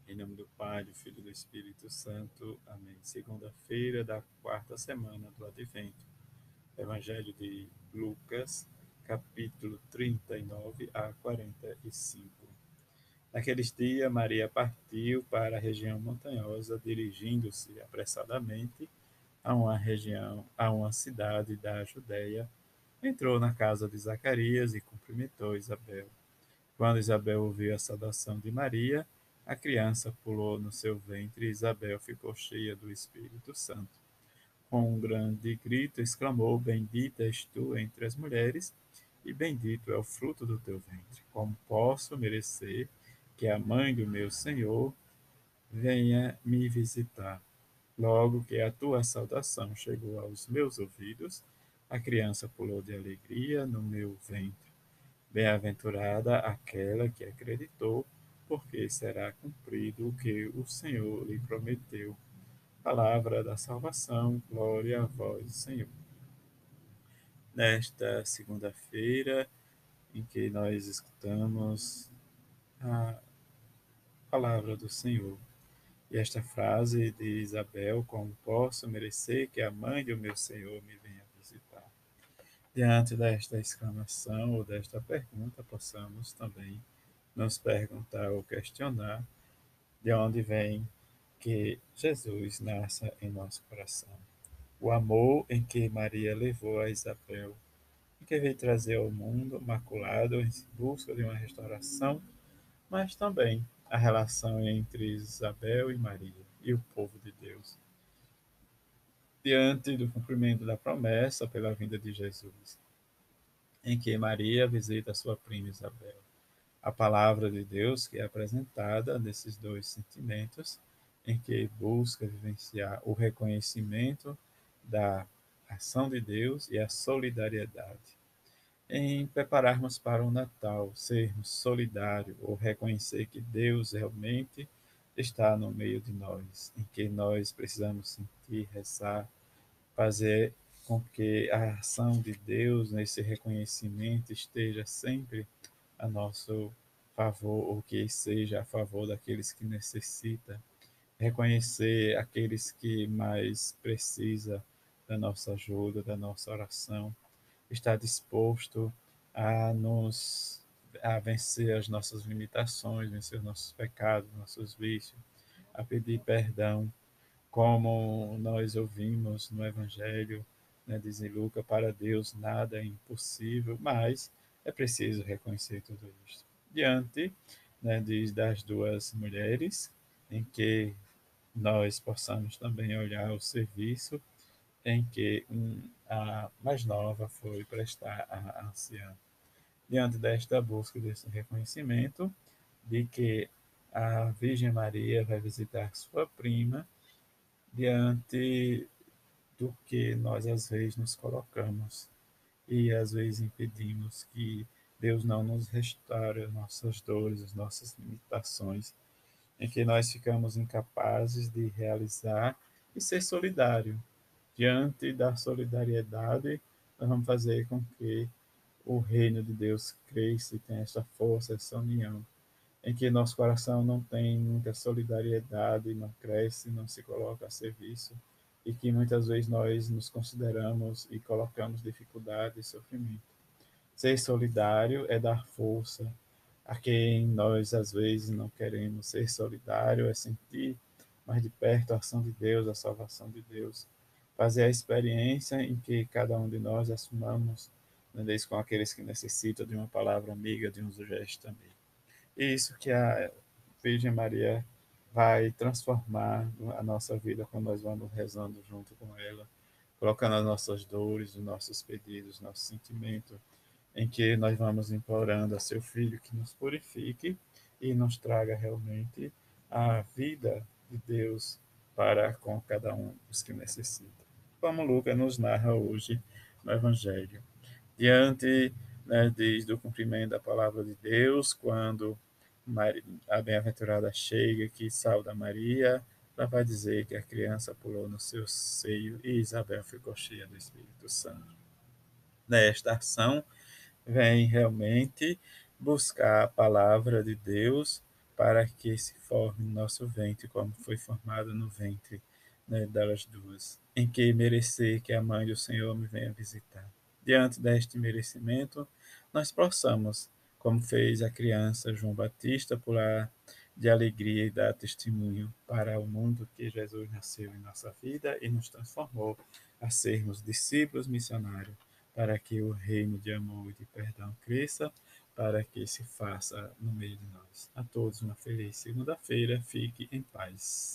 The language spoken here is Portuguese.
Em nome do Pai, do Filho e do Espírito Santo. Amém. Segunda-feira da quarta semana do Advento. Evangelho de Lucas, capítulo 39 a 45. Naqueles dias, Maria partiu para a região montanhosa, dirigindo-se apressadamente a uma cidade da Judéia. Entrou na casa de Zacarias e cumprimentou Isabel. Quando Isabel ouviu a saudação de Maria, a criança pulou no seu ventre e Isabel ficou cheia do Espírito Santo. Com um grande grito, exclamou: Bendita és tu entre as mulheres, e bendito é o fruto do teu ventre. Como posso merecer que a mãe do meu Senhor venha me visitar? Logo que a tua saudação chegou aos meus ouvidos, a criança pulou de alegria no meu ventre. Bem-aventurada aquela que acreditou, porque será cumprido o que o Senhor lhe prometeu. Palavra da salvação, glória a vós, Senhor. Nesta segunda-feira, em que nós escutamos a palavra do Senhor. E esta frase de Isabel: Como posso merecer que a mãe do meu Senhor me venha visitar? Diante desta exclamação ou desta pergunta, possamos também nos perguntar ou questionar de onde vem que Jesus nasça em nosso coração. O amor em que Maria levou a Isabel, em que veio trazer ao mundo maculado em busca de uma restauração, mas também a relação entre Isabel e Maria e o povo de Deus, diante do cumprimento da promessa pela vinda de Jesus, em que Maria visita sua prima Isabel. A palavra de Deus que é apresentada nesses dois sentimentos, em que busca vivenciar o reconhecimento da ação de Deus e a solidariedade. Em prepararmos para o Natal, sermos solidários ou reconhecer que Deus realmente está no meio de nós, em que nós precisamos sentir, rezar, fazer com que a ação de Deus nesse reconhecimento esteja sempre a nosso favor, ou que seja a favor daqueles que necessitam, reconhecer aqueles que mais precisam da nossa ajuda, da nossa oração, estar disposto a vencer as nossas limitações, vencer os nossos pecados, nossos vícios, a pedir perdão, como nós ouvimos no Evangelho, né, diz em Lucas: para Deus nada é impossível, mas é preciso reconhecer tudo isso. Diante, né, das duas mulheres, em que nós possamos também olhar o serviço em que a mais nova foi prestar à anciã. Diante desta busca, desse reconhecimento de que a Virgem Maria vai visitar sua prima, diante do que nós às vezes nos colocamos e às vezes impedimos que Deus não nos restaure as nossas dores, as nossas limitações, em que nós ficamos incapazes de realizar e ser solidário. Diante da solidariedade, nós vamos fazer com que o reino de Deus cresça e tenha essa força, essa união, em que nosso coração não tem muita solidariedade, não cresce, não se coloca a serviço, e que muitas vezes nós nos consideramos e colocamos dificuldade e sofrimento. Ser solidário é dar força a quem nós às vezes não queremos. Ser solidário é sentir mais de perto a ação de Deus, a salvação de Deus. Fazer a experiência em que cada um de nós assumamos, né, com aqueles que necessitam de uma palavra amiga, de um gesto também. E isso que a Virgem Maria vai transformar a nossa vida quando nós vamos rezando junto com ela, colocando as nossas dores, os nossos pedidos, nosso sentimento, em que nós vamos implorando a seu Filho que nos purifique e nos traga realmente a vida de Deus para com cada um dos que necessitam. Como Lucas nos narra hoje no Evangelho. Diante, né, do cumprimento da palavra de Deus, quando a bem-aventurada chega que sauda Maria, ela vai dizer que a criança pulou no seu seio e Isabel ficou cheia do Espírito Santo. Nesta ação, vem realmente buscar a palavra de Deus para que se forme no nosso ventre, como foi formado no ventre, né, delas duas, em que merecer que a mãe do Senhor me venha visitar. Diante deste merecimento, nós possamos, como fez a criança João Batista, pular de alegria e dar testemunho para o mundo que Jesus nasceu em nossa vida e nos transformou a sermos discípulos missionários, para que o reino de amor e de perdão cresça, para que se faça no meio de nós. A todos uma feliz segunda-feira. Fique em paz.